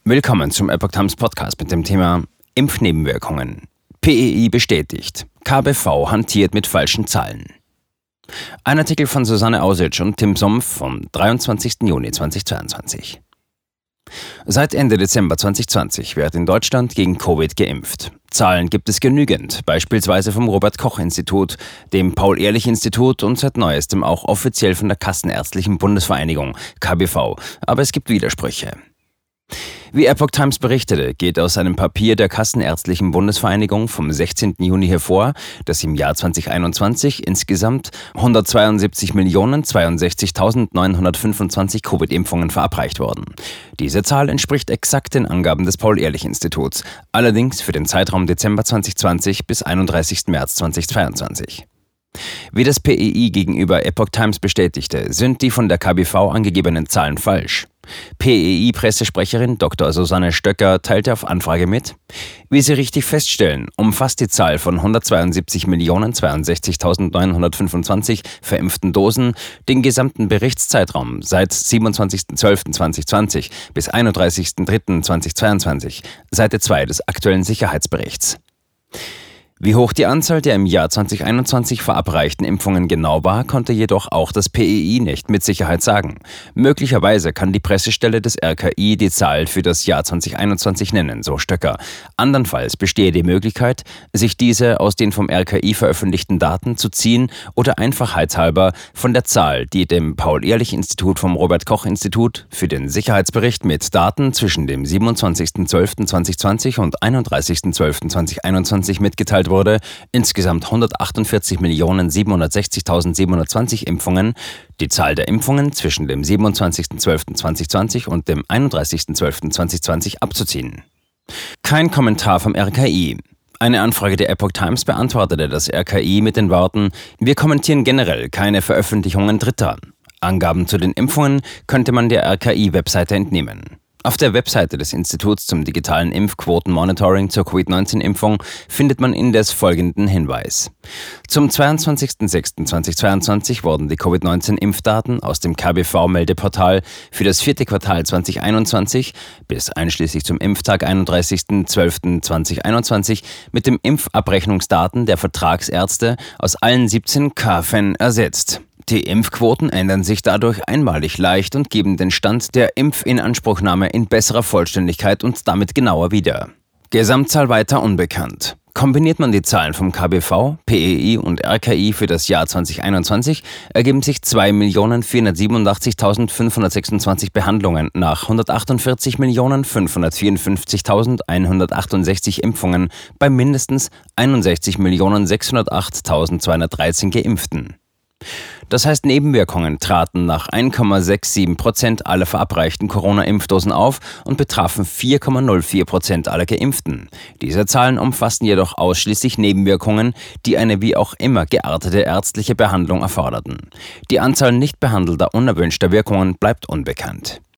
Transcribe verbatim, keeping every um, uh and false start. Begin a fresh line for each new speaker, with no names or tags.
Willkommen zum Epoch Times Podcast mit dem Thema Impfnebenwirkungen. P E I bestätigt. K B V hantiert mit falschen Zahlen. Ein Artikel von Susanne Ausitsch und Tim Sumpf vom dreiundzwanzigsten Juni zweitausendzweiundzwanzig. Seit Ende Dezember zweitausendzwanzig wird in Deutschland gegen Covid geimpft. Zahlen gibt es genügend, beispielsweise vom Robert-Koch-Institut, dem Paul-Ehrlich-Institut und seit neuestem auch offiziell von der Kassenärztlichen Bundesvereinigung, K B V. Aber es gibt Widersprüche. Wie Epoch Times berichtete, geht aus einem Papier der Kassenärztlichen Bundesvereinigung vom sechzehnten Juni hervor, dass im Jahr zweitausendeinundzwanzig insgesamt hundertzweiundsiebzig Millionen zweiundsechzigtausendneunhundertfünfundzwanzig Covid-Impfungen verabreicht wurden. Diese Zahl entspricht exakt den Angaben des Paul-Ehrlich-Instituts, allerdings für den Zeitraum Dezember zweitausendzwanzig bis einunddreißigsten März zweitausendzweiundzwanzig. Wie das P E I gegenüber Epoch Times bestätigte, sind die von der K B V angegebenen Zahlen falsch. P E I-Pressesprecherin Doktor Susanne Stöcker teilte auf Anfrage mit: Wie Sie richtig feststellen, umfasst die Zahl von hundertzweiundsiebzig Millionen zweiundsechzigtausendneunhundertfünfundzwanzig verimpften Dosen den gesamten Berichtszeitraum seit siebenundzwanzigsten zwölften zweitausendzwanzig bis einunddreißigsten dritten zweitausendzweiundzwanzig, Seite zwei des aktuellen Sicherheitsberichts. Wie hoch die Anzahl der im Jahr zweitausendeinundzwanzig verabreichten Impfungen genau war, konnte jedoch auch das P E I nicht mit Sicherheit sagen. Möglicherweise kann die Pressestelle des R K I die Zahl für das Jahr zweitausendeinundzwanzig nennen, so Stöcker. Andernfalls bestehe die Möglichkeit, sich diese aus den vom R K I veröffentlichten Daten zu ziehen oder einfachheitshalber von der Zahl, die dem Paul-Ehrlich-Institut vom Robert-Koch-Institut für den Sicherheitsbericht mit Daten zwischen dem siebenundzwanzigsten zwölften zweitausendzwanzig und einunddreißigsten zwölften zweitausendeinundzwanzig mitgeteilt wurde, insgesamt hundertachtundvierzig Millionen siebenhundertsechzigtausendsiebenhundertzwanzig Impfungen, die Zahl der Impfungen zwischen dem siebenundzwanzigsten zwölften zweitausendzwanzig und dem einunddreißigsten zwölften zweitausendzwanzig abzuziehen. Kein Kommentar vom R K I. Eine Anfrage der Epoch Times beantwortete das R K I mit den Worten: Wir kommentieren generell keine Veröffentlichungen Dritter. Angaben zu den Impfungen könnte man der R K I-Webseite entnehmen. Auf der Webseite des Instituts zum digitalen Impfquotenmonitoring zur Covid neunzehn Impfung findet man indes folgenden Hinweis. Zum zweiundzwanzigsten sechsten zweitausendzweiundzwanzig wurden die Covid neunzehn Impfdaten aus dem K B V-Meldeportal für das vierte Quartal zweitausendeinundzwanzig bis einschließlich zum Impftag einunddreißigsten zwölften zweitausendeinundzwanzig mit den Impfabrechnungsdaten der Vertragsärzte aus allen siebzehn K F E N ersetzt. Die Impfquoten ändern sich dadurch einmalig leicht und geben den Stand der Impfinanspruchnahme in besserer Vollständigkeit und damit genauer wieder. Gesamtzahl weiter unbekannt. Kombiniert man die Zahlen vom K B V, P E I und R K I für das Jahr zweitausendeinundzwanzig, ergeben sich zwei Millionen vierhundertsiebenundachtzigtausendfünfhundertsechsundzwanzig Behandlungen nach hundertachtundvierzig Millionen fünfhundertvierundfünfzigtausendeinhundertachtundsechzig Impfungen bei mindestens einundsechzig Millionen sechshundertachttausendzweihundertdreizehn Geimpften. Das heißt, Nebenwirkungen traten nach eins Komma siebenundsechzig Prozent aller verabreichten Corona-Impfdosen auf und betrafen vier Komma null vier Prozent aller Geimpften. Diese Zahlen umfassten jedoch ausschließlich Nebenwirkungen, die eine wie auch immer geartete ärztliche Behandlung erforderten. Die Anzahl nicht behandelter unerwünschter Wirkungen bleibt unbekannt.